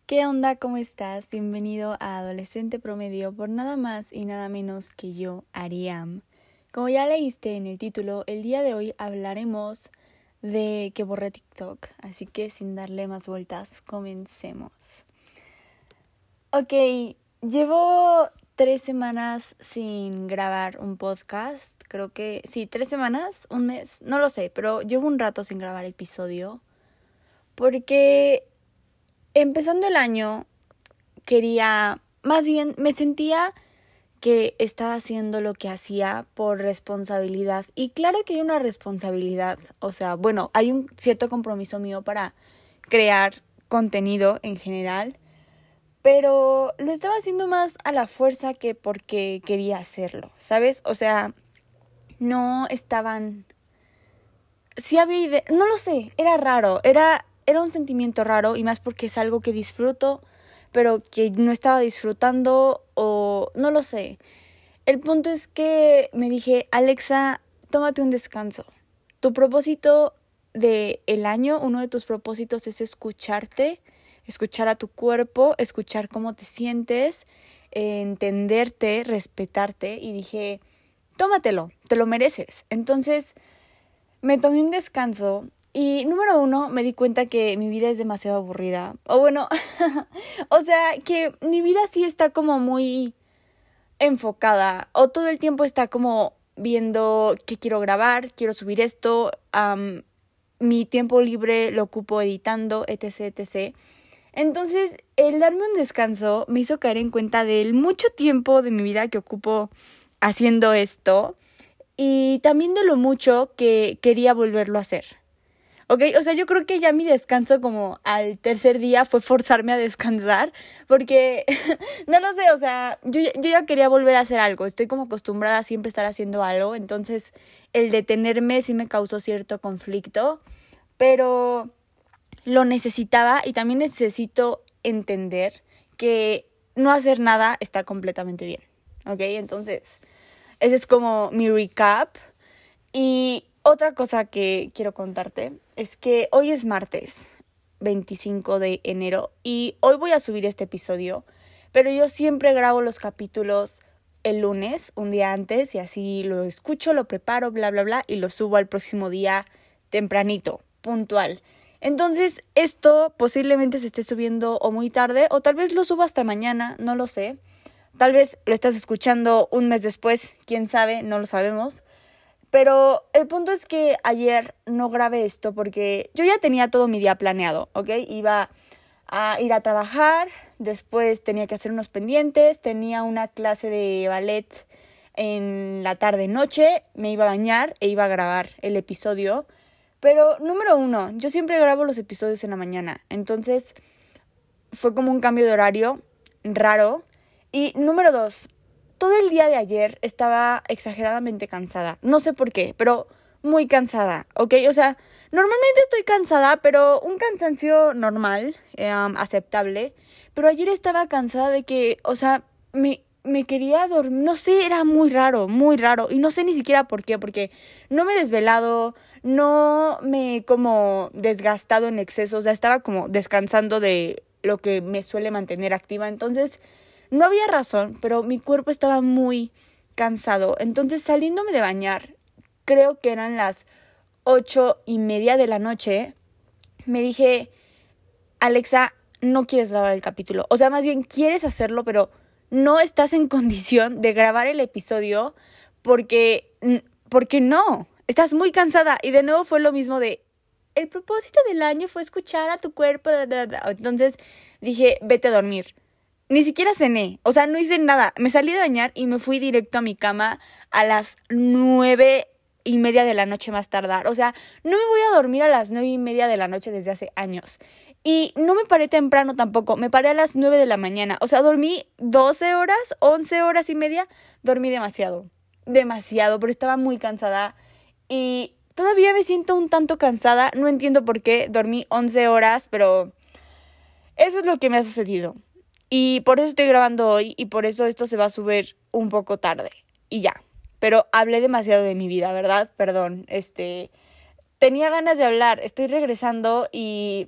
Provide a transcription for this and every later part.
¿Qué onda? ¿Cómo estás? Bienvenido a Adolescente Promedio por nada más y nada menos que yo, Ariam. Como ya leíste en el título, el día de hoy hablaremos de que borré TikTok, así que sin darle más vueltas, comencemos. Ok, llevo 3 semanas sin grabar un podcast, creo que sí, 3 semanas, un mes, no lo sé, pero llevo un rato sin grabar episodio porque empezando el año me sentía que estaba haciendo lo que hacía por responsabilidad. Y claro que hay una responsabilidad, hay un cierto compromiso mío para crear contenido en general, pero lo estaba haciendo más a la fuerza que porque quería hacerlo, ¿sabes? O sea, no estaban... Sí había no lo sé, era raro, era un sentimiento raro y más porque es algo que disfruto, pero que no estaba disfrutando o no lo sé. El punto es que me dije, Alexa, tómate un descanso. Tu propósito del año, uno de tus propósitos es escucharte, escuchar a tu cuerpo, escuchar cómo te sientes, entenderte, respetarte y dije, tómatelo, te lo mereces. Entonces me tomé un descanso y número 1 me di cuenta que mi vida es demasiado aburrida. O bueno, o sea, que mi vida sí está como muy enfocada o todo el tiempo está como viendo qué quiero grabar, quiero subir esto, mi tiempo libre lo ocupo editando, etc, etc. Entonces, el darme un descanso me hizo caer en cuenta del mucho tiempo de mi vida que ocupo haciendo esto y también de lo mucho que quería volverlo a hacer. ¿Ok? O sea, yo creo que ya mi descanso como al tercer día fue forzarme a descansar porque, no lo sé, o sea, yo ya quería volver a hacer algo. Estoy como acostumbrada a siempre estar haciendo algo, entonces el detenerme sí me causó cierto conflicto, pero lo necesitaba y también necesito entender que no hacer nada está completamente bien. ¿Ok? Entonces, ese es como mi recap. Y otra cosa que quiero contarte es que hoy es martes 25 de enero y hoy voy a subir este episodio, pero yo siempre grabo los capítulos el lunes, un día antes, y así lo escucho, lo preparo, bla, bla, bla, y lo subo al próximo día tempranito, puntual. Entonces, esto posiblemente se esté subiendo o muy tarde, o tal vez lo suba hasta mañana, no lo sé. Tal vez lo estás escuchando un mes después, quién sabe, no lo sabemos. Pero el punto es que ayer no grabé esto porque yo ya tenía todo mi día planeado, ¿ok? Iba a ir a trabajar, después tenía que hacer unos pendientes, tenía una clase de ballet en la tarde-noche, me iba a bañar e iba a grabar el episodio. Pero número 1, yo siempre grabo los episodios en la mañana, entonces fue como un cambio de horario raro. Y número 2, todo el día de ayer estaba exageradamente cansada. No sé por qué, pero muy cansada, ¿ok? O sea, normalmente estoy cansada, pero un cansancio normal, aceptable. Pero ayer estaba cansada de que, o sea, me quería dormir. No sé, era muy raro, muy raro. Y no sé ni siquiera por qué, porque no me he desvelado, no me he como desgastado en exceso. O sea, estaba como descansando de lo que me suele mantener activa. Entonces, no había razón, pero mi cuerpo estaba muy cansado. Entonces, saliéndome de bañar, creo que eran las 8:30 de la noche, me dije, Alexa, no quieres grabar el capítulo. O sea, más bien quieres hacerlo, pero no estás en condición de grabar el episodio porque no, estás muy cansada. Y de nuevo fue lo mismo de, el propósito del año fue escuchar a tu cuerpo. Entonces dije, vete a dormir. Ni siquiera cené, o sea, no hice nada. Me salí de bañar y me fui directo a mi cama a las 9:30 de la noche más tardar. O sea, no me voy a dormir a las 9:30 de la noche desde hace años. Y no me paré temprano tampoco, me paré a las 9 de la mañana. O sea, dormí 12 horas, 11 horas y media. Dormí demasiado, pero estaba muy cansada. Y todavía me siento un tanto cansada, no entiendo por qué. Dormí 11 horas, pero eso es lo que me ha sucedido. Y por eso estoy grabando hoy y por eso esto se va a subir un poco tarde. Y ya. Pero hablé demasiado de mi vida, ¿verdad? Perdón. Tenía ganas de hablar. Estoy regresando y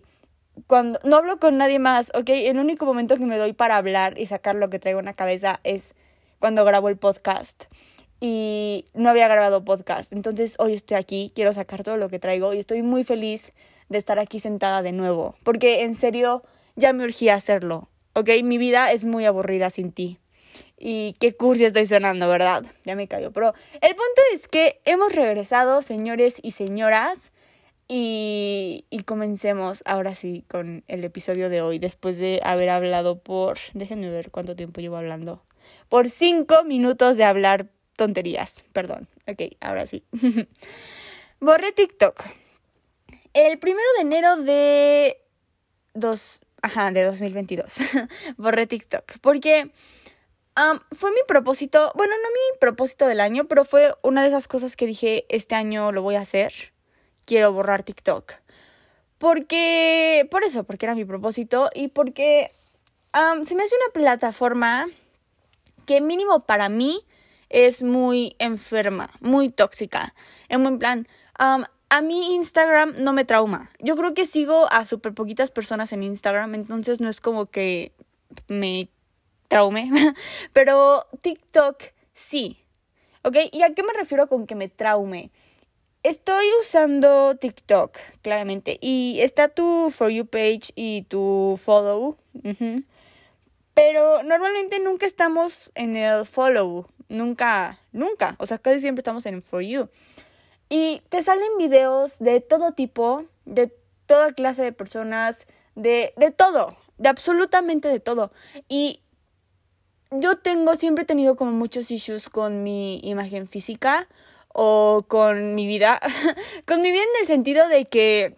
cuando no hablo con nadie más, ¿ok? El único momento que me doy para hablar y sacar lo que traigo en la cabeza es cuando grabo el podcast. Y no había grabado podcast. Entonces hoy estoy aquí, quiero sacar todo lo que traigo y estoy muy feliz de estar aquí sentada de nuevo. Porque en serio ya me urgía hacerlo, ¿ok? Mi vida es muy aburrida sin ti. Y qué cursi estoy sonando, ¿verdad? Ya me callo. Pero el punto es que hemos regresado, señores y señoras. Y comencemos ahora sí con el episodio de hoy. Después de haber hablado déjenme ver cuánto tiempo llevo hablando. Por 5 minutos de hablar tonterías. Perdón. Ok, ahora sí. Borré TikTok. El 1 de enero de 2022. Borré TikTok. Porque fue mi propósito. Bueno, no mi propósito del año, pero fue una de esas cosas que dije, este año lo voy a hacer. Quiero borrar TikTok. Porque era mi propósito y porque se me hace una plataforma que mínimo para mí es muy enferma, muy tóxica. En buen plan, a mí Instagram no me trauma. Yo creo que sigo a súper poquitas personas en Instagram, entonces no es como que me traume. Pero TikTok sí. ¿Ok? ¿Y a qué me refiero con que me traume? Estoy usando TikTok, claramente, y está tu For You page y tu follow, pero normalmente nunca estamos en el follow, nunca, o sea, casi siempre estamos en el For You. Y te salen videos de todo tipo, de toda clase de personas, de todo, de absolutamente de todo. Y yo siempre he tenido como muchos issues con mi imagen física o con mi vida. Con mi vida en el sentido de que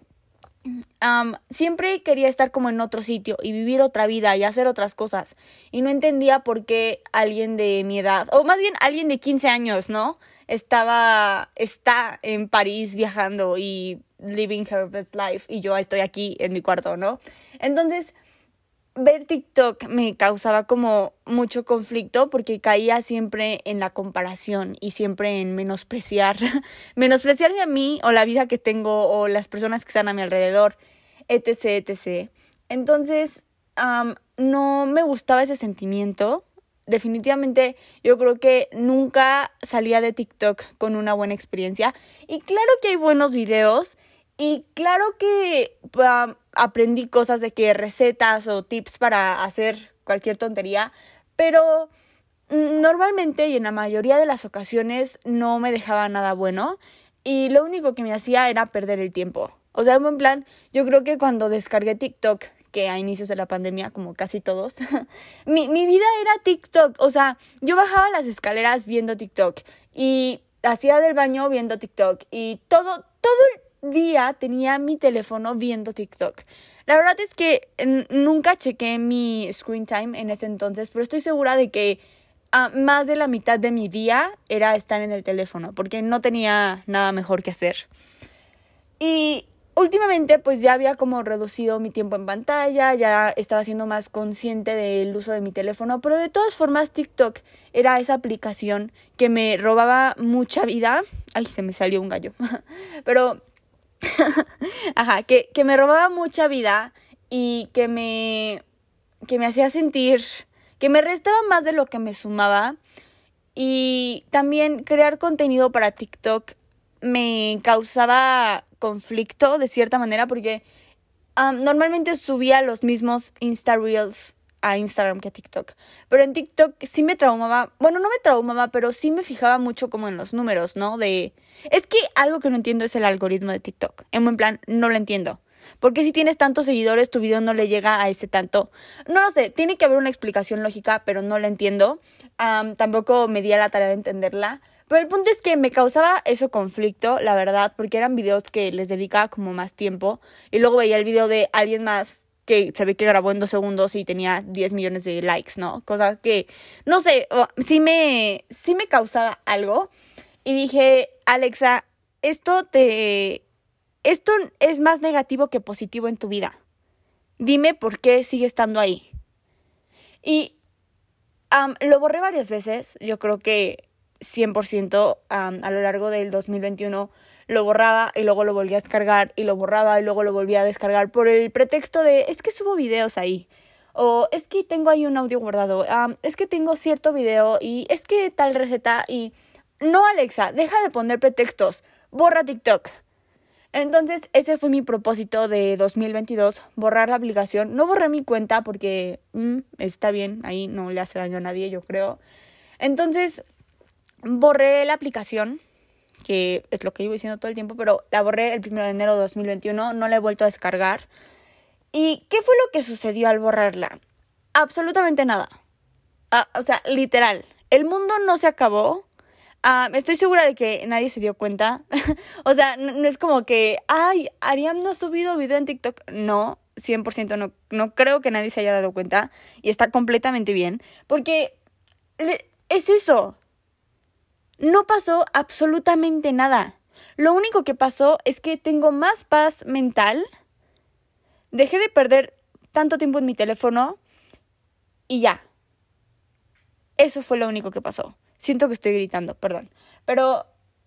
siempre quería estar como en otro sitio y vivir otra vida y hacer otras cosas. Y no entendía por qué alguien de mi edad, o más bien alguien de 15 años, ¿no? Está en París viajando y living her best life y yo estoy aquí en mi cuarto, ¿no? Entonces, ver TikTok me causaba como mucho conflicto porque caía siempre en la comparación y siempre en menospreciarme a mí o la vida que tengo o las personas que están a mi alrededor, etc, etc. Entonces, no me gustaba ese sentimiento. Definitivamente yo creo que nunca salía de TikTok con una buena experiencia. Y claro que hay buenos videos y claro que aprendí cosas de que recetas o tips para hacer cualquier tontería, pero normalmente y en la mayoría de las ocasiones no me dejaba nada bueno y lo único que me hacía era perder el tiempo. O sea, en buen plan, yo creo que cuando descargué TikTok, que a inicios de la pandemia, como casi todos, mi vida era TikTok. O sea, yo bajaba las escaleras viendo TikTok y hacía del baño viendo TikTok y todo el día tenía mi teléfono viendo TikTok. La verdad es que nunca chequé mi screen time en ese entonces, pero estoy segura de que más de la mitad de mi día era estar en el teléfono, porque no tenía nada mejor que hacer. Y últimamente pues ya había como reducido mi tiempo en pantalla, ya estaba siendo más consciente del uso de mi teléfono, pero de todas formas TikTok era esa aplicación que me robaba mucha vida. Ay, se me salió un gallo. Pero que me robaba mucha vida y que me hacía sentir que me restaba más de lo que me sumaba. Y también crear contenido para TikTok me causaba conflicto de cierta manera porque normalmente subía los mismos Insta Reels a Instagram que a TikTok. Pero en TikTok sí me traumaba, bueno, no me traumaba, pero sí me fijaba mucho como en los números, ¿no? Es que algo que no entiendo es el algoritmo de TikTok. En buen plan, no lo entiendo. Porque si tienes tantos seguidores, tu video no le llega a ese tanto. No lo sé, tiene que haber una explicación lógica, pero no la entiendo. Tampoco me di a la tarea de entenderla. Pero el punto es que me causaba eso conflicto, la verdad, porque eran videos que les dedicaba como más tiempo. Y luego veía el video de alguien más que se ve que grabó en 2 segundos y tenía 10 millones de likes, ¿no? Cosas que, no sé, sí me causaba algo. Y dije, Alexa, esto es más negativo que positivo en tu vida. Dime por qué sigue estando ahí. Y lo borré varias veces. Yo creo que 100% a lo largo del 2021 lo borraba y luego lo volvía a descargar y lo borraba y luego lo volvía a descargar por el pretexto de, es que subo videos ahí. O es que tengo ahí un audio guardado, es que tengo cierto video y es que tal receta y... No, Alexa, deja de poner pretextos, borra TikTok. Entonces, ese fue mi propósito de 2022, borrar la aplicación. No borré mi cuenta porque está bien, ahí no le hace daño a nadie, yo creo. Entonces, borré la aplicación, que es lo que llevo diciendo todo el tiempo, pero la borré el 1 de enero de 2021, no la he vuelto a descargar. ¿Y qué fue lo que sucedió al borrarla? Absolutamente nada. O sea, literal, el mundo no se acabó. Estoy segura de que nadie se dio cuenta. O sea, no es como que, ay, Ariam no ha subido video en TikTok. No, 100% no creo que nadie se haya dado cuenta. Y está completamente bien. Porque es eso. No pasó absolutamente nada. Lo único que pasó es que tengo más paz mental. Dejé de perder tanto tiempo en mi teléfono. Y ya. Eso fue lo único que pasó. Siento que estoy gritando, perdón. Pero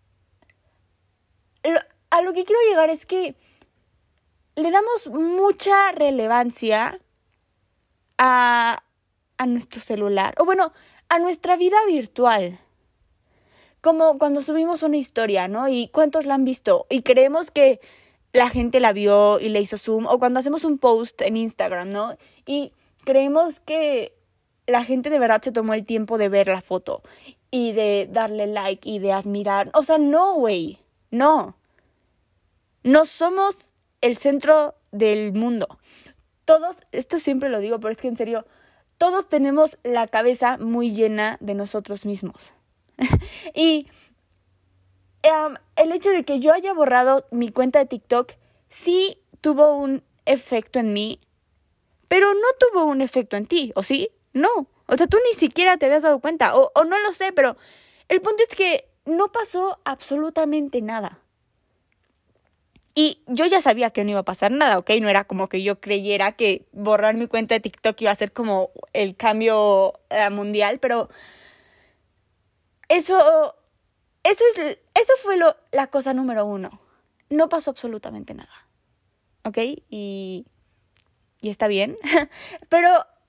a lo que quiero llegar es que le damos mucha relevancia a nuestro celular. O bueno, a nuestra vida virtual. Como cuando subimos una historia, ¿no? Y cuántos la han visto. Y creemos que la gente la vio y le hizo zoom. O cuando hacemos un post en Instagram, ¿no? Y creemos que la gente de verdad se tomó el tiempo de ver la foto. Y de darle like y de admirar. O sea, no, güey. No. No somos el centro del mundo. Todos, esto siempre lo digo, pero es que en serio, todos tenemos la cabeza muy llena de nosotros mismos. Y el hecho de que yo haya borrado mi cuenta de TikTok sí tuvo un efecto en mí, pero no tuvo un efecto en ti, ¿o sí? No. O sea, tú ni siquiera te habías dado cuenta, o no lo sé, pero el punto es que no pasó absolutamente nada. Y yo ya sabía que no iba a pasar nada, ¿ok? No era como que yo creyera que borrar mi cuenta de TikTok iba a ser como el cambio mundial, pero eso fue la cosa número 1. No pasó absolutamente nada, ¿ok? Y está bien, pero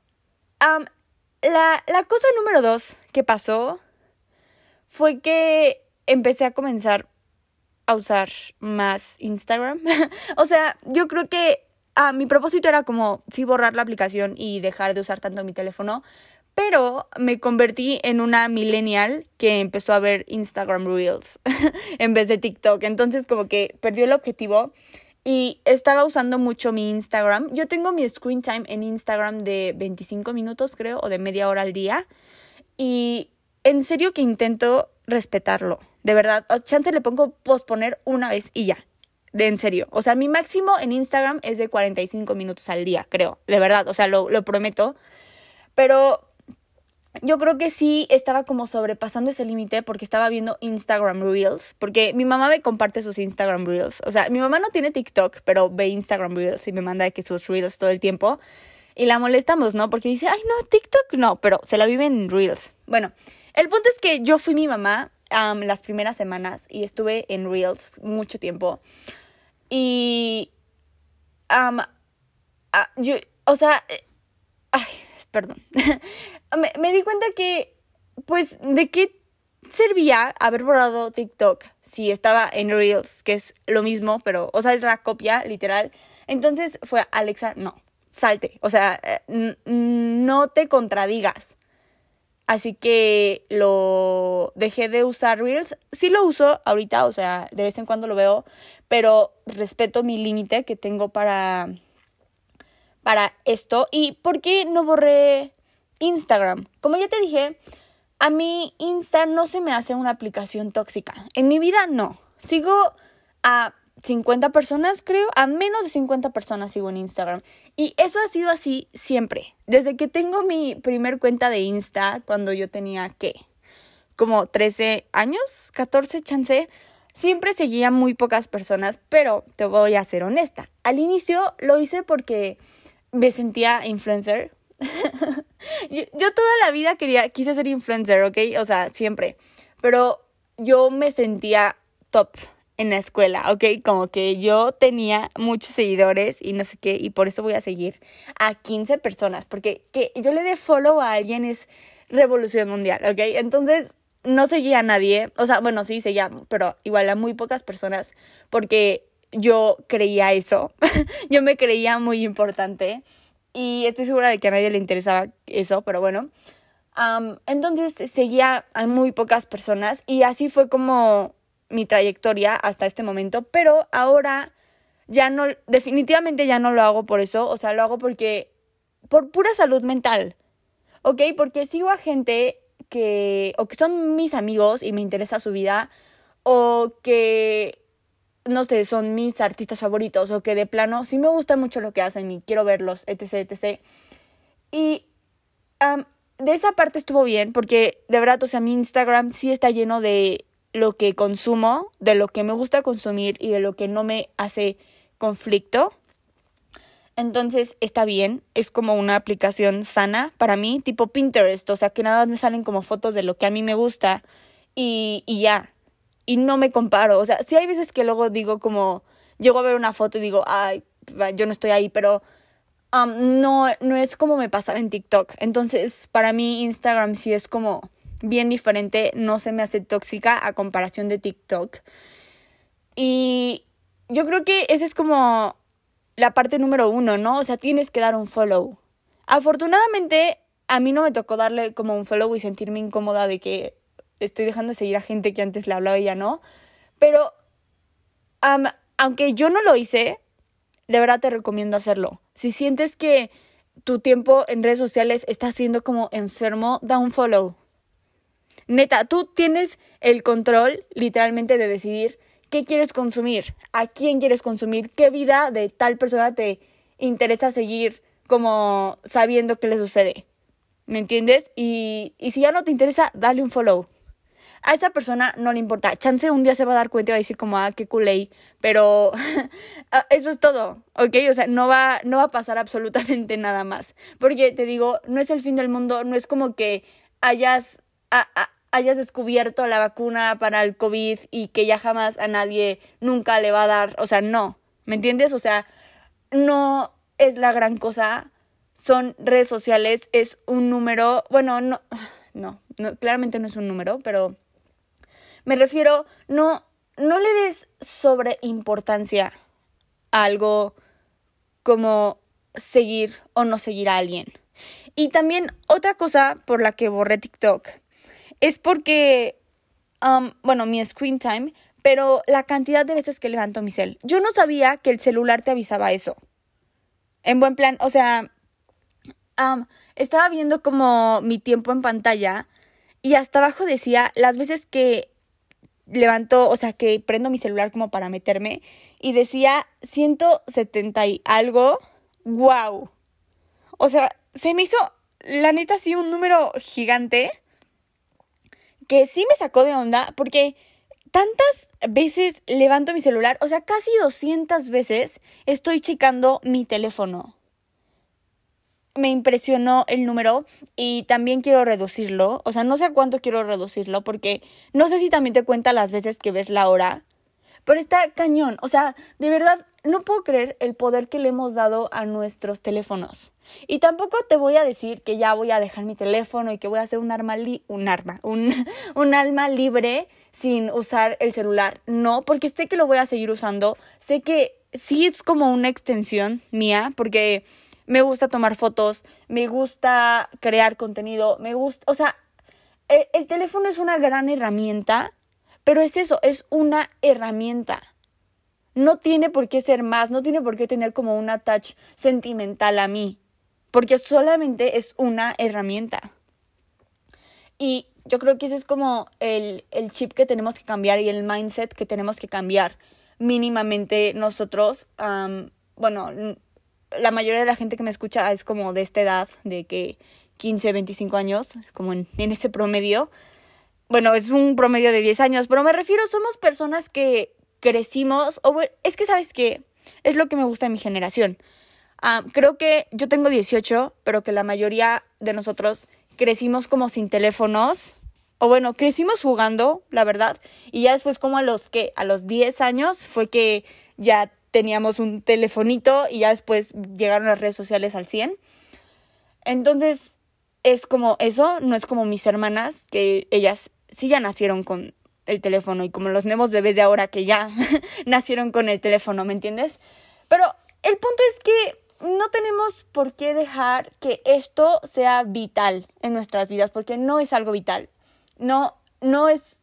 la cosa número 2 que pasó fue que empecé a comenzar a usar más Instagram. O sea, yo creo que mi propósito era como sí borrar la aplicación y dejar de usar tanto mi teléfono, pero me convertí en una millennial que empezó a ver Instagram Reels en vez de TikTok. Entonces como que perdió el objetivo y estaba usando mucho mi Instagram. Yo tengo mi screen time en Instagram de 25 minutos, creo, o de media hora al día. Y en serio que intento respetarlo. De verdad, chance le pongo posponer una vez y ya. En serio. O sea, mi máximo en Instagram es de 45 minutos al día, creo. De verdad, o sea, lo prometo. Pero yo creo que sí estaba como sobrepasando ese límite porque estaba viendo Instagram Reels. Porque mi mamá me comparte sus Instagram Reels. O sea, mi mamá no tiene TikTok, pero ve Instagram Reels y me manda que sus Reels todo el tiempo. Y la molestamos, ¿no? Porque dice, ay, no, TikTok no, pero se la vive en Reels. Bueno, el punto es que yo fui mi mamá las primeras semanas y estuve en Reels mucho tiempo. Y yo, o sea, ay, perdón. me di cuenta que, pues, ¿de qué servía haber borrado TikTok si estaba en Reels, que es lo mismo, pero, o sea, es la copia, literal? Entonces fue, Alexa, no, salte. O sea, no te contradigas. Así que lo dejé de usar Reels. Sí lo uso ahorita, o sea, de vez en cuando lo veo, pero respeto mi límite que tengo para esto. ¿Y por qué no borré Instagram? Como ya te dije, a mí Insta no se me hace una aplicación tóxica. En mi vida no. Sigo a 50 personas, creo. A menos de 50 personas sigo en Instagram. Y eso ha sido así siempre. Desde que tengo mi primer cuenta de Insta, cuando yo tenía, ¿qué? Como 13 años, 14, chance. Siempre seguía muy pocas personas, pero te voy a ser honesta. Al inicio lo hice porque me sentía influencer. yo toda la vida quise ser influencer, ¿ok? O sea, siempre. Pero yo me sentía top en la escuela, ¿ok? Como que yo tenía muchos seguidores y no sé qué, y por eso voy a seguir a 15 personas, porque que yo le dé follow a alguien es revolución mundial, ¿ok? Entonces no seguía a nadie, o sea, bueno, sí seguía, pero igual a muy pocas personas, porque yo creía eso, yo me creía muy importante y estoy segura de que a nadie le interesaba eso, pero bueno. Entonces seguía a muy pocas personas y así fue como mi trayectoria hasta este momento, pero ahora ya no, definitivamente ya no lo hago por eso, o sea, lo hago por pura salud mental, ¿ok? Porque sigo a gente o que son mis amigos y me interesa su vida, o que, no sé, son mis artistas favoritos, o que de plano sí me gusta mucho lo que hacen y quiero verlos, etc, etc. Y de esa parte estuvo bien, porque de verdad, o sea, mi Instagram sí está lleno de lo que consumo, de lo que me gusta consumir y de lo que no me hace conflicto. Entonces está bien, es como una aplicación sana para mí, tipo Pinterest, o sea, que nada más me salen como fotos de lo que a mí me gusta y ya, y no me comparo, o sea, sí hay veces que luego digo como, llego a ver una foto y digo, ay, yo no estoy ahí, pero no es como me pasaba en TikTok. Entonces, para mí Instagram sí es como bien diferente, no se me hace tóxica a comparación de TikTok. Y yo creo que esa es como la parte número 1, ¿no? O sea, tienes que dar un follow. Afortunadamente, a mí no me tocó darle como un follow y sentirme incómoda de que estoy dejando de seguir a gente que antes le hablaba y ya no. Pero, aunque yo no lo hice, de verdad te recomiendo hacerlo. Si sientes que tu tiempo en redes sociales está siendo como enfermo, da un follow. Neta, tú tienes el control literalmente de decidir qué quieres consumir, a quién quieres consumir, qué vida de tal persona te interesa seguir como sabiendo qué le sucede. ¿Me entiendes? Y si ya no te interesa, dale un follow. A esa persona no le importa. Chance un día se va a dar cuenta y va a decir como, qué culé. Pero eso es todo, ¿ok? O sea, no va a pasar absolutamente nada más. Porque te digo, no es el fin del mundo. No es como que hayas descubierto la vacuna para el COVID y que ya jamás a nadie nunca le va a dar. O sea, no. ¿Me entiendes? O sea, no es la gran cosa. Son redes sociales, es un número. Bueno, no, claramente no es un número, pero me refiero, no le des sobreimportancia a algo como seguir o no seguir a alguien. Y también otra cosa por la que borré TikTok es porque, mi screen time, pero la cantidad de veces que levanto mi cel. Yo no sabía que el celular te avisaba eso. En buen plan, o sea, estaba viendo como mi tiempo en pantalla y hasta abajo decía las veces que levanto, o sea, que prendo mi celular como para meterme y decía 170 y algo. ¡Wow! O sea, se me hizo, la neta, sí, un número gigante que sí me sacó de onda porque tantas veces levanto mi celular, o sea, casi 200 veces estoy checando mi teléfono. Me impresionó el número y también quiero reducirlo. O sea, no sé a cuánto quiero reducirlo porque no sé si también te cuenta las veces que ves la hora. Pero está cañón. O sea, de verdad, no puedo creer el poder que le hemos dado a nuestros teléfonos. Y tampoco te voy a decir que ya voy a dejar mi teléfono y que voy a hacer un alma libre sin usar el celular. No, porque sé que lo voy a seguir usando. Sé que sí es como una extensión mía porque me gusta tomar fotos, me gusta crear contenido, o sea, el teléfono es una gran herramienta, pero es eso, es una herramienta. No tiene por qué ser más, no tiene por qué tener como un attach sentimental a mí, porque solamente es una herramienta. Y yo creo que ese es como el chip que tenemos que cambiar y el mindset que tenemos que cambiar mínimamente nosotros. La mayoría de la gente que me escucha es como de esta edad, de que 15, 25 años, como en ese promedio. Bueno, es un promedio de 10 años, pero me refiero, somos personas que crecimos, es que ¿sabes qué? Es lo que me gusta de mi generación. Creo que yo tengo 18, pero que la mayoría de nosotros crecimos como sin teléfonos, o bueno, crecimos jugando, la verdad, y ya después como a los 10 años fue que ya teníamos un telefonito y ya después llegaron las redes sociales al 100. Entonces, es como eso, no es como mis hermanas, que ellas sí ya nacieron con el teléfono y como los nuevos bebés de ahora que ya nacieron con el teléfono, ¿me entiendes? Pero el punto es que no tenemos por qué dejar que esto sea vital en nuestras vidas, porque no es algo vital. No es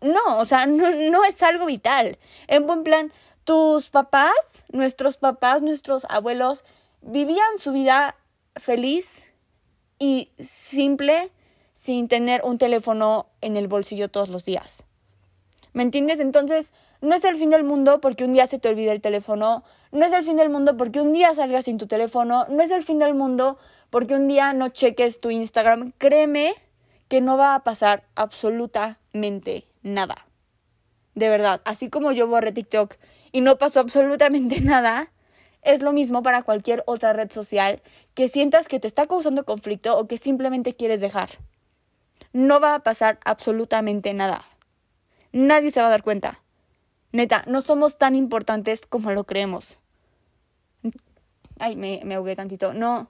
algo vital. En buen plan, nuestros papás, nuestros abuelos, vivían su vida feliz y simple sin tener un teléfono en el bolsillo todos los días. ¿Me entiendes? Entonces, no es el fin del mundo porque un día se te olvide el teléfono. No es el fin del mundo porque un día salgas sin tu teléfono. No es el fin del mundo porque un día no cheques tu Instagram. Créeme que no va a pasar absolutamente nada. De verdad, así como yo borré TikTok y no pasó absolutamente nada, es lo mismo para cualquier otra red social que sientas que te está causando conflicto o que simplemente quieres dejar. No va a pasar absolutamente nada. Nadie se va a dar cuenta. Neta, no somos tan importantes como lo creemos. Ay, me ahogué tantito. No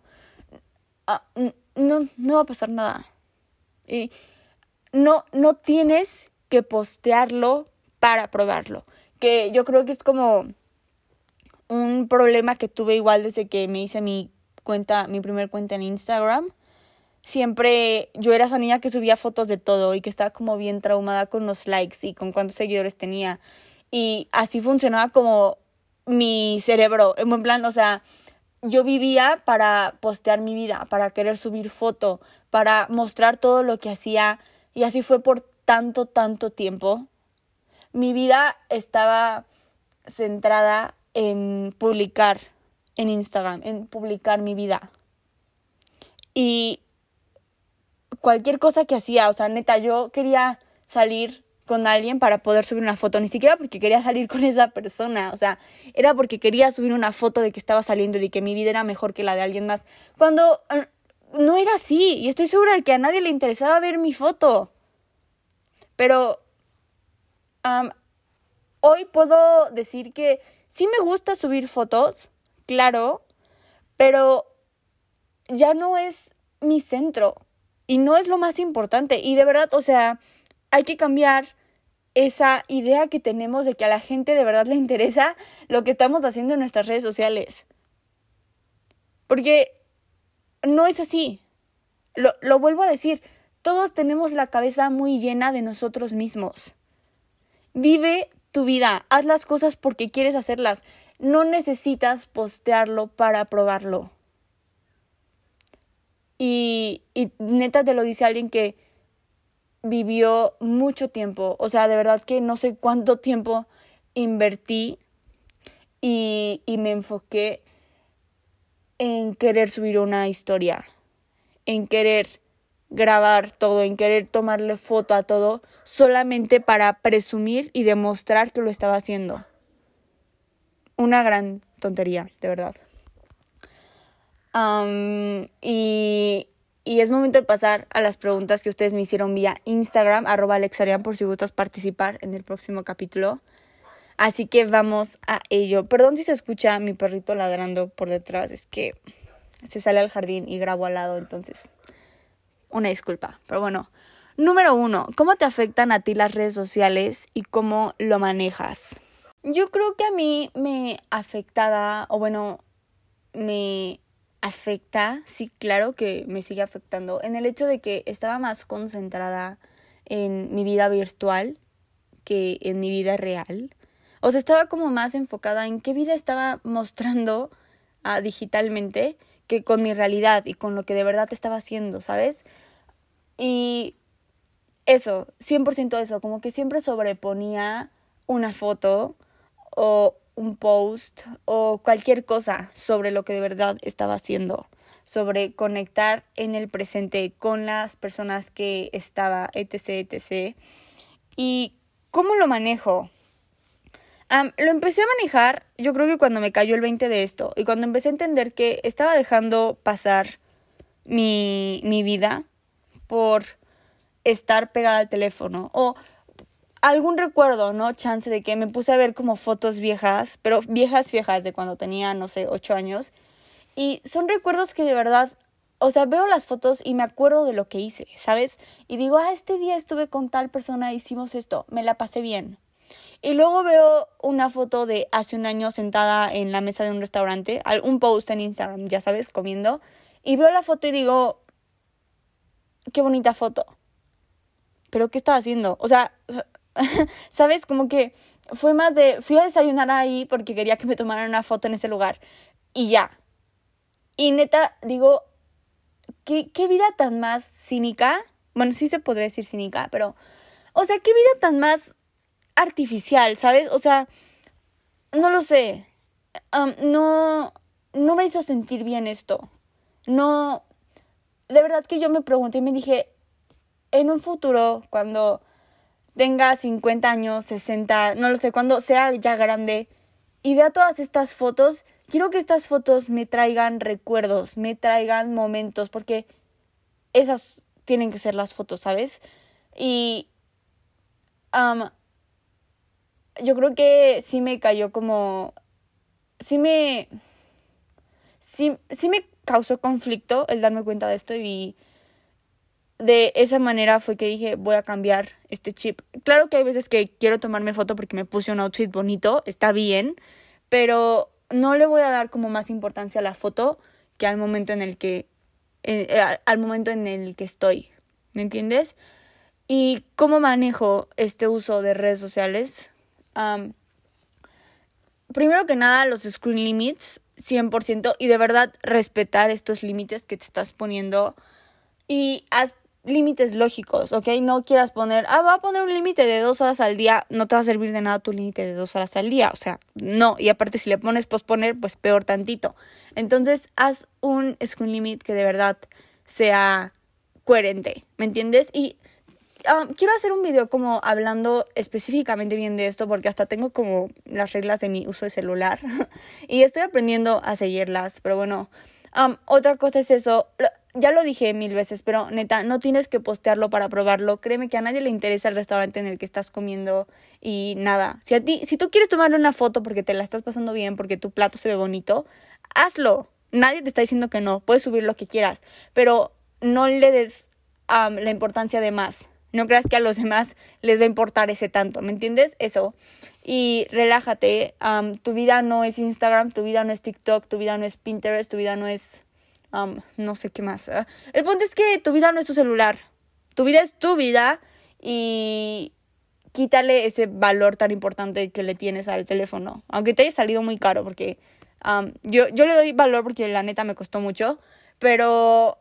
va a pasar nada. Y no tienes que postearlo para probarlo. Que yo creo que es como un problema que tuve igual desde que me hice mi primer cuenta en Instagram. Siempre yo era esa niña que subía fotos de todo y que estaba como bien traumada con los likes y con cuántos seguidores tenía. Y así funcionaba como mi cerebro. En buen plan, o sea, yo vivía para postear mi vida, para querer subir foto, para mostrar todo lo que hacía. Y así fue por tanto tiempo. Mi vida estaba centrada en publicar en Instagram, en publicar mi vida. Y cualquier cosa que hacía, o sea, neta, yo quería salir con alguien para poder subir una foto, ni siquiera porque quería salir con esa persona, o sea, era porque quería subir una foto de que estaba saliendo y de que mi vida era mejor que la de alguien más, cuando no era así, y estoy segura de que a nadie le interesaba ver mi foto. Pero hoy puedo decir que sí me gusta subir fotos, claro, pero ya no es mi centro y no es lo más importante. Y de verdad, o sea, hay que cambiar esa idea que tenemos de que a la gente de verdad le interesa lo que estamos haciendo en nuestras redes sociales. Porque no es así. Lo vuelvo a decir, todos tenemos la cabeza muy llena de nosotros mismos. Vive tu vida, haz las cosas porque quieres hacerlas. No necesitas postearlo para probarlo. Y neta te lo dice alguien que vivió mucho tiempo. O sea, de verdad que no sé cuánto tiempo invertí y me enfoqué en querer subir una historia, en querer grabar todo, en querer tomarle foto a todo, solamente para presumir y demostrar que lo estaba haciendo. Una gran tontería, de verdad. Y es momento de pasar a las preguntas que ustedes me hicieron vía Instagram, @alexarian, por si gustas participar en el próximo capítulo. Así que vamos a ello. Perdón si se escucha mi perrito ladrando por detrás, es que se sale al jardín y grabo al lado, entonces una disculpa. Pero bueno, número 1, ¿cómo te afectan a ti las redes sociales y cómo lo manejas? Yo creo que a mí me afectaba, o bueno, me afecta, sí, claro que me sigue afectando, en el hecho de que estaba más concentrada en mi vida virtual que en mi vida real. O sea, estaba como más enfocada en qué vida estaba mostrando digitalmente que con mi realidad y con lo que de verdad estaba haciendo, ¿sabes? Y eso, 100% eso, como que siempre sobreponía una foto o un post o cualquier cosa sobre lo que de verdad estaba haciendo, sobre conectar en el presente con las personas que estaba, etc. ¿Y cómo lo manejo? Lo empecé a manejar, yo creo que cuando me cayó el 20 de esto y cuando empecé a entender que estaba dejando pasar mi vida por estar pegada al teléfono. O algún recuerdo, ¿no? Chance de que me puse a ver como fotos viejas, pero viejas de cuando tenía, no sé, 8 años. Y son recuerdos que de verdad, o sea, veo las fotos y me acuerdo de lo que hice, ¿sabes? Y digo, este día estuve con tal persona, hicimos esto, me la pasé bien. Y luego veo una foto de hace un año sentada en la mesa de un restaurante, un post en Instagram, ya sabes, comiendo. Y veo la foto y digo, qué bonita foto. ¿Pero qué estaba haciendo? O sea, ¿sabes? Como que fue más de, fui a desayunar ahí porque quería que me tomaran una foto en ese lugar. Y ya. Y neta, digo, ¿qué vida tan más cínica? Bueno, sí se podría decir cínica, pero, o sea, ¿qué vida tan más artificial, ¿sabes? O sea, no lo sé. No me hizo sentir bien esto. No, de verdad que yo me pregunté y me dije, en un futuro, cuando tenga 50 años, 60, no lo sé, cuando sea ya grande y vea todas estas fotos, quiero que estas fotos me traigan recuerdos, me traigan momentos, porque esas tienen que ser las fotos, ¿sabes? Y yo creo que sí me cayó como... Sí me causó conflicto el darme cuenta de esto y de esa manera fue que dije, voy a cambiar este chip. Claro que hay veces que quiero tomarme foto porque me puse un outfit bonito, está bien, pero no le voy a dar como más importancia a la foto que al momento en el que estoy, ¿me entiendes? ¿Y cómo manejo este uso de redes sociales? Primero que nada, los screen limits, 100%, y de verdad respetar estos límites que te estás poniendo y haz límites lógicos, ¿ok? No quieras poner, voy a poner un límite de 2 horas al día, no te va a servir de nada tu límite de 2 horas al día, o sea, no, y aparte si le pones posponer, pues peor tantito. Entonces, haz un screen limit que de verdad sea coherente, ¿me entiendes? Y quiero hacer un video como hablando específicamente bien de esto porque hasta tengo como las reglas de mi uso de celular y estoy aprendiendo a seguirlas, pero bueno, otra cosa es eso, ya lo dije 1000 veces, pero neta, no tienes que postearlo para probarlo, créeme que a nadie le interesa el restaurante en el que estás comiendo y nada, si tú quieres tomarle una foto porque te la estás pasando bien, porque tu plato se ve bonito, hazlo, nadie te está diciendo que no, puedes subir lo que quieras, pero no le des la importancia de más. No creas que a los demás les va a importar ese tanto, ¿me entiendes? Eso. Y relájate. Tu vida no es Instagram, tu vida no es TikTok, tu vida no es Pinterest, tu vida no es... no sé qué más. El punto es que tu vida no es tu celular. Tu vida es tu vida y quítale ese valor tan importante que le tienes al teléfono. Aunque te haya salido muy caro porque yo le doy valor porque la neta me costó mucho. Pero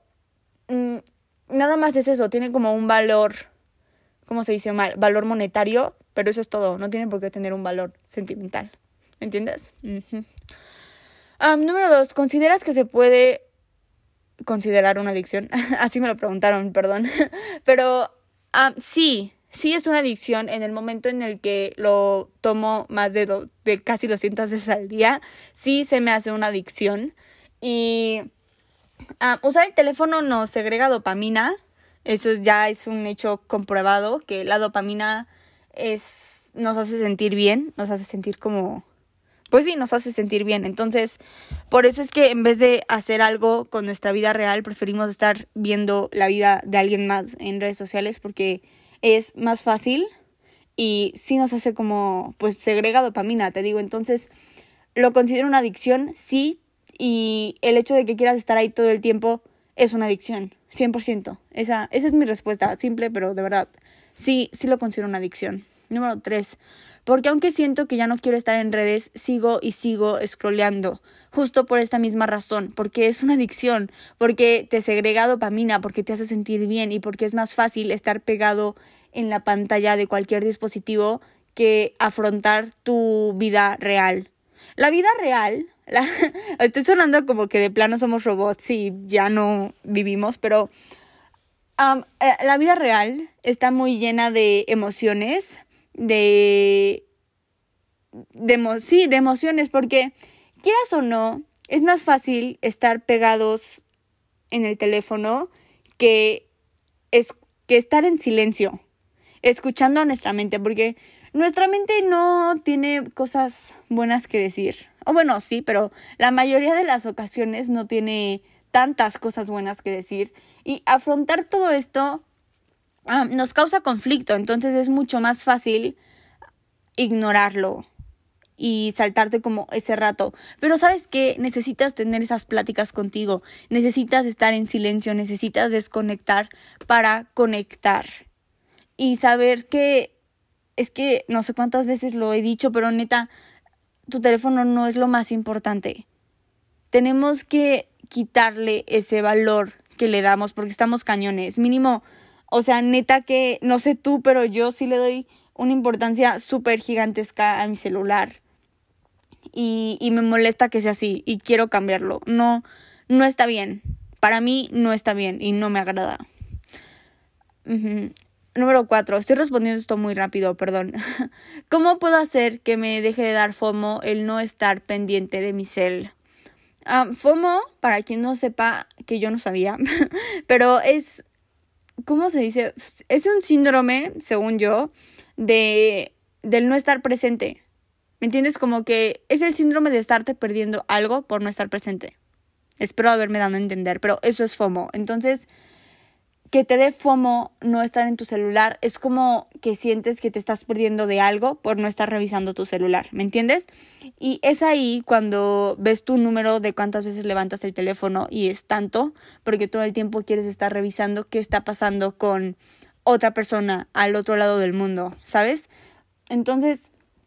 nada más es eso. Tiene como un valor... ¿Cómo se dice mal? Valor monetario, pero eso es todo. No tiene por qué tener un valor sentimental. ¿Me entiendes? Uh-huh. Número 2. ¿Consideras que se puede considerar una adicción? Así me lo preguntaron, perdón. Pero sí es una adicción en el momento en el que lo tomo más de casi 200 veces al día. Sí se me hace una adicción. Y usar el teléfono nos segrega dopamina. Eso ya es un hecho comprobado, que la dopamina nos hace sentir bien, nos hace sentir como... Pues sí, nos hace sentir bien. Entonces, por eso es que en vez de hacer algo con nuestra vida real, preferimos estar viendo la vida de alguien más en redes sociales porque es más fácil y sí nos hace como, pues segrega dopamina, te digo. Entonces, lo considero una adicción, sí, y el hecho de que quieras estar ahí todo el tiempo es una adicción. 100%. Esa es mi respuesta, simple, pero de verdad, sí lo considero una adicción. Número 3. Porque aunque siento que ya no quiero estar en redes, sigo scrolleando. Justo por esta misma razón. Porque es una adicción. Porque te segrega dopamina, porque te hace sentir bien y porque es más fácil estar pegado en la pantalla de cualquier dispositivo que afrontar tu vida real. La vida real, estoy sonando como que de plano somos robots y ya no vivimos, pero la vida real está muy llena de emociones, de emociones, porque quieras o no, es más fácil estar pegados en el teléfono que que estar en silencio, escuchando a nuestra mente, porque nuestra mente no tiene cosas buenas que decir. O bueno, sí, pero la mayoría de las ocasiones no tiene tantas cosas buenas que decir. Y afrontar todo esto nos causa conflicto, entonces es mucho más fácil ignorarlo y saltarte como ese rato. Pero ¿sabes qué? Necesitas tener esas pláticas contigo, necesitas estar en silencio, necesitas desconectar para conectar. Y saber que, es que no sé cuántas veces lo he dicho, pero neta, tu teléfono no es lo más importante. Tenemos que quitarle ese valor que le damos porque estamos cañones. Mínimo, o sea, neta que, no sé tú, pero yo sí le doy una importancia súper gigantesca a mi celular. Y me molesta que sea así y quiero cambiarlo. No está bien. Para mí no está bien y no me agrada. Número 4. Estoy respondiendo esto muy rápido, perdón. ¿Cómo puedo hacer que me deje de dar FOMO el no estar pendiente de mi cel? FOMO, para quien no sepa, que yo no sabía, pero es, ¿cómo se dice? Es un síndrome, según yo, del no estar presente. ¿Me entiendes? Como que es el síndrome de estarte perdiendo algo por no estar presente. Espero haberme dado a entender, pero eso es FOMO. Entonces, que te dé FOMO no estar en tu celular es como que sientes que te estás perdiendo de algo por no estar revisando tu celular, ¿me entiendes? Y es ahí cuando ves tu número de cuántas veces levantas el teléfono y es tanto, porque todo el tiempo quieres estar revisando qué está pasando con otra persona al otro lado del mundo, ¿sabes? Entonces,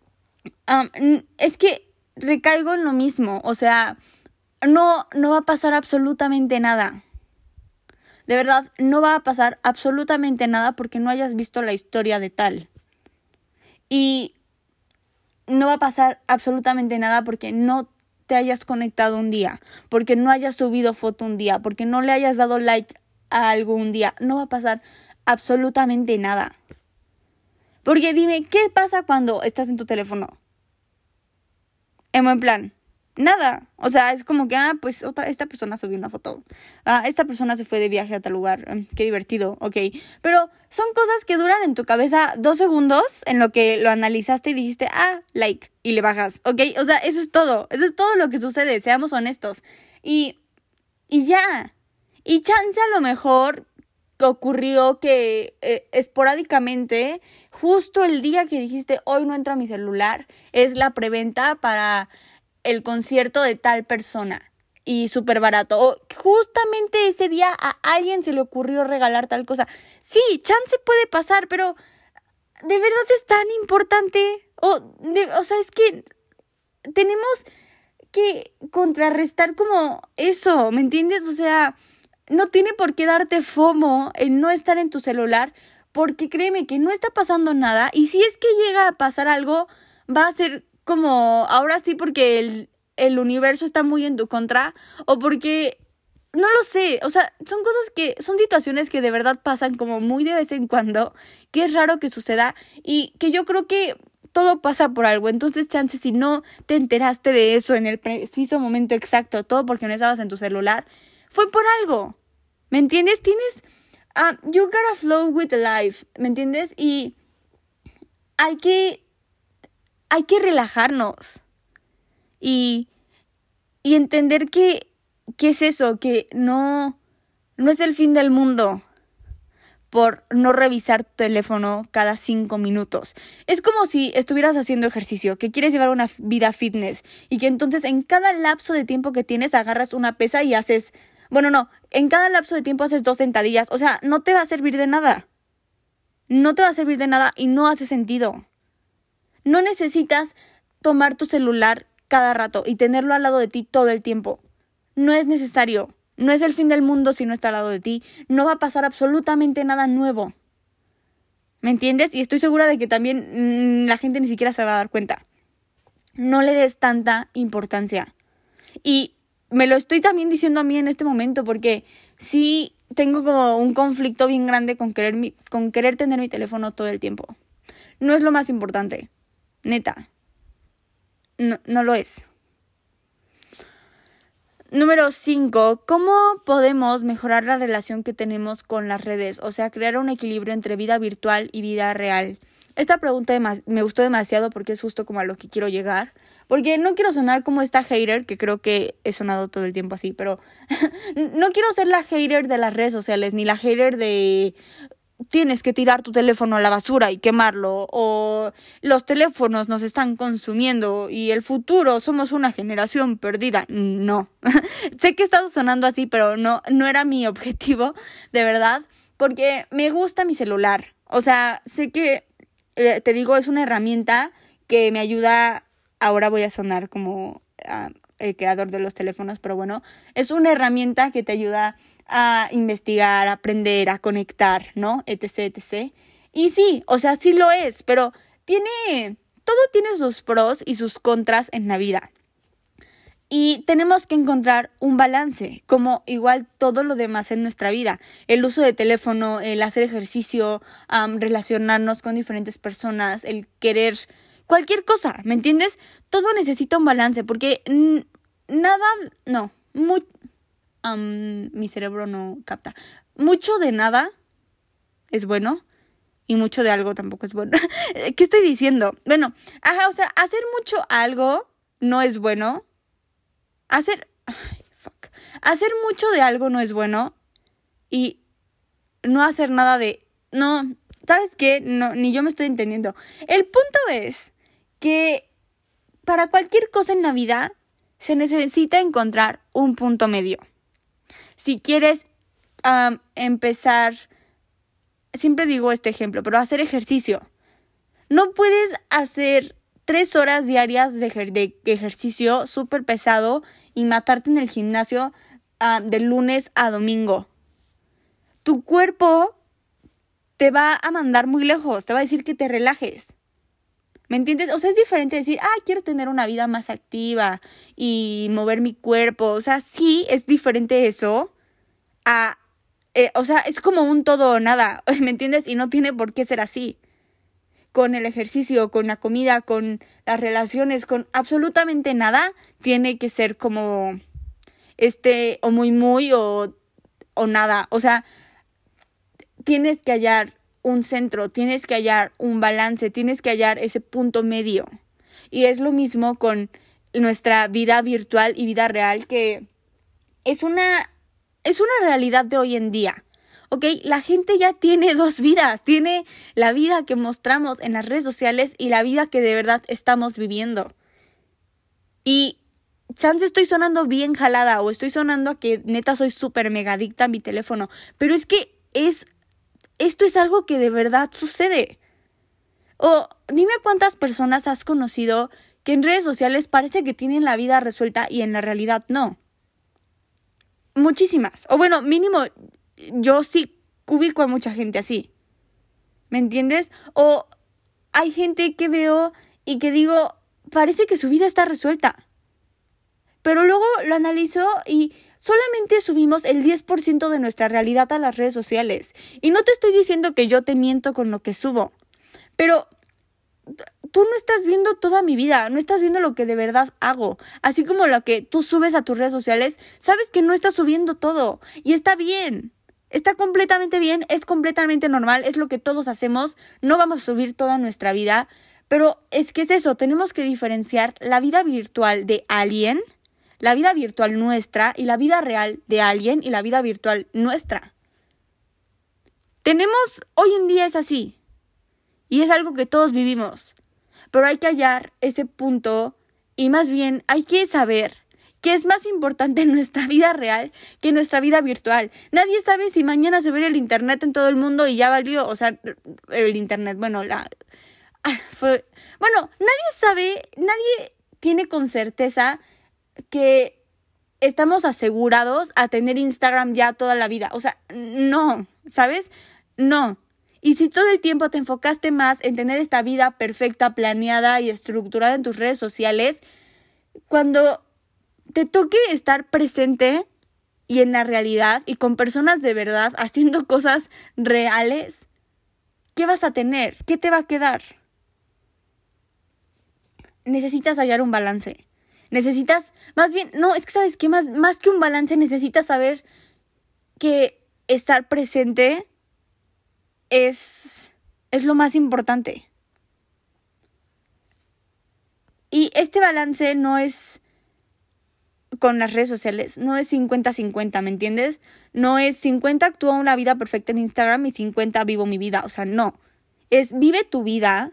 es que recaigo en lo mismo, o sea, no va a pasar absolutamente nada. De verdad, no va a pasar absolutamente nada porque no hayas visto la historia de tal. Y no va a pasar absolutamente nada porque no te hayas conectado un día, porque no hayas subido foto un día, porque no le hayas dado like a algo un día. No va a pasar absolutamente nada. Porque dime, ¿qué pasa cuando estás en tu teléfono? En buen plan, nada. O sea, es como que, pues esta persona subió una foto. Esta persona se fue de viaje a tal lugar. Qué divertido, ok. Pero son cosas que duran en tu cabeza 2 segundos en lo que lo analizaste y dijiste, like, y le bajas, ok. O sea, eso es todo. Eso es todo lo que sucede, seamos honestos. Y ya. Y chance a lo mejor ocurrió que esporádicamente, justo el día que dijiste, hoy no entro a mi celular, es la preventa para el concierto de tal persona y súper barato. O justamente ese día a alguien se le ocurrió regalar tal cosa. Sí, chance puede pasar, pero ¿de verdad es tan importante? O sea, es que tenemos que contrarrestar como eso, ¿me entiendes? O sea, no tiene por qué darte FOMO el no estar en tu celular, porque créeme que no está pasando nada, y si es que llega a pasar algo, va a ser como, ahora sí porque el universo está muy en tu contra, o porque, no lo sé, o sea, son situaciones que de verdad pasan como muy de vez en cuando, que es raro que suceda, y que yo creo que todo pasa por algo. Entonces, chance, si no te enteraste de eso en el preciso momento exacto, todo porque no estabas en tu celular, fue por algo, ¿me entiendes? You gotta flow with life, ¿me entiendes? Y hay que relajarnos y entender que es eso, que no es el fin del mundo por no revisar tu teléfono cada 5 minutos. Es como si estuvieras haciendo ejercicio, que quieres llevar una vida fitness y que entonces en cada lapso de tiempo que tienes agarras una pesa y haces... en cada lapso de tiempo haces 2 sentadillas. O sea, no te va a servir de nada. No te va a servir de nada y no hace sentido. No necesitas tomar tu celular cada rato y tenerlo al lado de ti todo el tiempo. No es necesario. No es el fin del mundo si no está al lado de ti. No va a pasar absolutamente nada nuevo. ¿Me entiendes? Y estoy segura de que también la gente ni siquiera se va a dar cuenta. No le des tanta importancia. Y me lo estoy también diciendo a mí en este momento porque sí tengo como un conflicto bien grande con querer tener mi teléfono todo el tiempo. No es lo más importante. Neta. No lo es. Número 5, ¿cómo podemos mejorar la relación que tenemos con las redes? O sea, crear un equilibrio entre vida virtual y vida real. Esta pregunta me gustó demasiado porque es justo como a lo que quiero llegar. Porque no quiero sonar como esta hater, que creo que he sonado todo el tiempo así, pero no quiero ser la hater de las redes sociales, ni la hater de tienes que tirar tu teléfono a la basura y quemarlo, o los teléfonos nos están consumiendo y el futuro somos una generación perdida. No, sé que he estado sonando así, pero no era mi objetivo, de verdad, porque me gusta mi celular. O sea, sé que, te digo, es una herramienta que me ayuda. Ahora voy a sonar como el creador de los teléfonos, pero bueno, es una herramienta que te ayuda a investigar, a aprender, a conectar, ¿no? Etc, etc. Y sí, o sea, sí lo es, pero todo tiene sus pros y sus contras en la vida. Y tenemos que encontrar un balance, como igual todo lo demás en nuestra vida. El uso de teléfono, el hacer ejercicio, relacionarnos con diferentes personas, el querer cualquier cosa, ¿me entiendes? Todo necesita un balance porque mi cerebro no capta. Mucho de nada es bueno y mucho de algo tampoco es bueno. ¿Qué estoy diciendo? Bueno, o sea, hacer mucho algo no es bueno. Hacer mucho de algo no es bueno y no hacer nada de... No, ¿sabes qué? No, ni yo me estoy entendiendo. El punto es que para cualquier cosa en la vida se necesita encontrar un punto medio. Si quieres empezar, siempre digo este ejemplo, pero hacer ejercicio. No puedes hacer 3 horas diarias de ejercicio súper pesado y matarte en el gimnasio de lunes a domingo. Tu cuerpo te va a mandar muy lejos, te va a decir que te relajes. ¿Me entiendes? O sea, es diferente decir, quiero tener una vida más activa y mover mi cuerpo. O sea, sí, es diferente eso o sea, es como un todo o nada, ¿me entiendes? Y no tiene por qué ser así. Con el ejercicio, con la comida, con las relaciones, con absolutamente nada, tiene que ser como o muy o nada. O sea, tienes que hallar un centro, tienes que hallar un balance, tienes que hallar ese punto medio. Y es lo mismo con nuestra vida virtual y vida real, que es una realidad de hoy en día. ¿Ok? La gente ya tiene 2 vidas. Tiene la vida que mostramos en las redes sociales y la vida que de verdad estamos viviendo. Y chance estoy sonando bien jalada o estoy sonando a que neta soy súper mega adicta a mi teléfono. Pero es que esto es algo que de verdad sucede. O dime cuántas personas has conocido que en redes sociales parece que tienen la vida resuelta y en la realidad no. Muchísimas. O bueno, mínimo, yo sí ubico a mucha gente así. ¿Me entiendes? O hay gente que veo y que digo, parece que su vida está resuelta. Pero luego lo analizo y solamente subimos el 10% de nuestra realidad a las redes sociales. Y no te estoy diciendo que yo te miento con lo que subo. Pero tú no estás viendo toda mi vida, no estás viendo lo que de verdad hago. Así como lo que tú subes a tus redes sociales, sabes que no estás subiendo todo. Y está bien, está completamente bien, es completamente normal, es lo que todos hacemos. No vamos a subir toda nuestra vida, pero es que es eso, tenemos que diferenciar la vida virtual de alguien, la vida virtual nuestra, y la vida real de alguien y la vida virtual nuestra. Hoy en día es así. Y es algo que todos vivimos. Pero hay que hallar ese punto y más bien hay que saber que es más importante en nuestra vida real que en nuestra vida virtual. Nadie sabe si mañana se ve el internet en todo el mundo y ya valió. O sea, el internet, nadie sabe, nadie tiene con certeza que estamos asegurados a tener Instagram ya toda la vida. O sea, no, ¿sabes? No. Y si todo el tiempo te enfocaste más en tener esta vida perfecta, planeada y estructurada en tus redes sociales, cuando te toque estar presente y en la realidad y con personas de verdad haciendo cosas reales, ¿qué vas a tener? ¿Qué te va a quedar? Necesitas hallar un balance. Necesitas, más bien, no, es que sabes que más que un balance necesitas saber que estar presente es lo más importante. Y este balance no es con las redes sociales, no es 50-50, ¿me entiendes? No es 50 actúa una vida perfecta en Instagram y 50 vivo mi vida, o sea, no. Es vive tu vida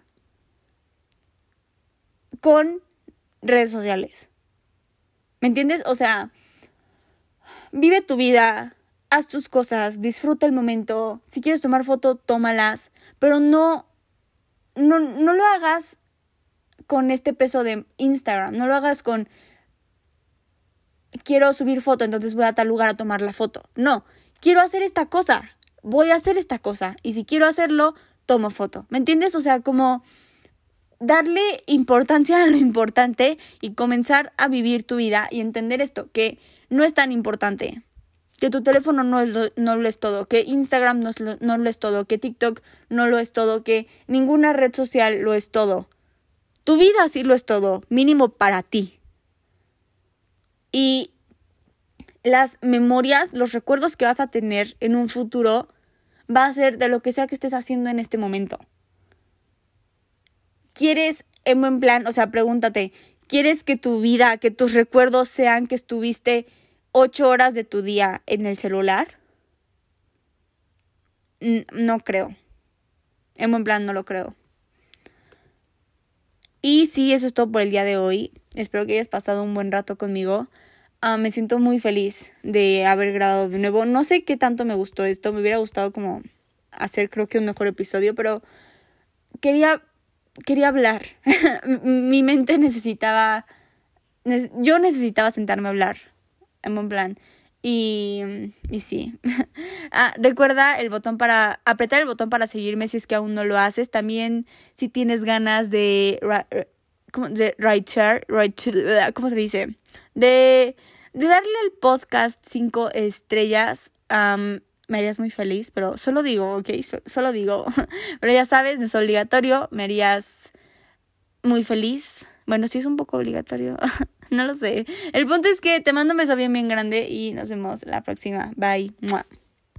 con redes sociales. ¿Me entiendes? O sea, vive tu vida, haz tus cosas, disfruta el momento. Si quieres tomar foto, tómalas, pero no lo hagas con este peso de Instagram, no lo hagas con quiero subir foto, entonces voy a tal lugar a tomar la foto. No, quiero hacer esta cosa, voy a hacer esta cosa. Y si quiero hacerlo, tomo foto. ¿Me entiendes? O sea, como darle importancia a lo importante y comenzar a vivir tu vida y entender esto, que no es tan importante. Que tu teléfono no lo es todo, que Instagram no lo es todo, que TikTok no lo es todo, que ninguna red social lo es todo. Tu vida sí lo es todo, mínimo para ti. Y las memorias, los recuerdos que vas a tener en un futuro va a ser de lo que sea que estés haciendo en este momento. ¿Quieres, en buen plan, o sea, pregúntate, ¿quieres que tu vida, que tus recuerdos sean que estuviste 8 horas de tu día en el celular? No creo. En buen plan no lo creo. Y sí, eso es todo por el día de hoy. Espero que hayas pasado un buen rato conmigo. Me siento muy feliz de haber grabado de nuevo. No sé qué tanto me gustó esto. Me hubiera gustado como hacer creo que un mejor episodio, pero quería hablar. Mi mente yo necesitaba sentarme a hablar en buen plan. Y sí. Recuerda apretar el botón para seguirme si es que aún no lo haces. También si tienes ganas de rideshare, ¿cómo se dice? De darle al podcast 5 estrellas, me harías muy feliz, pero solo digo, ¿ok? Solo digo. Pero ya sabes, no es obligatorio, me harías muy feliz. Bueno, sí es un poco obligatorio, no lo sé. El punto es que te mando un beso bien, bien grande y nos vemos la próxima. Bye. ¡Mua!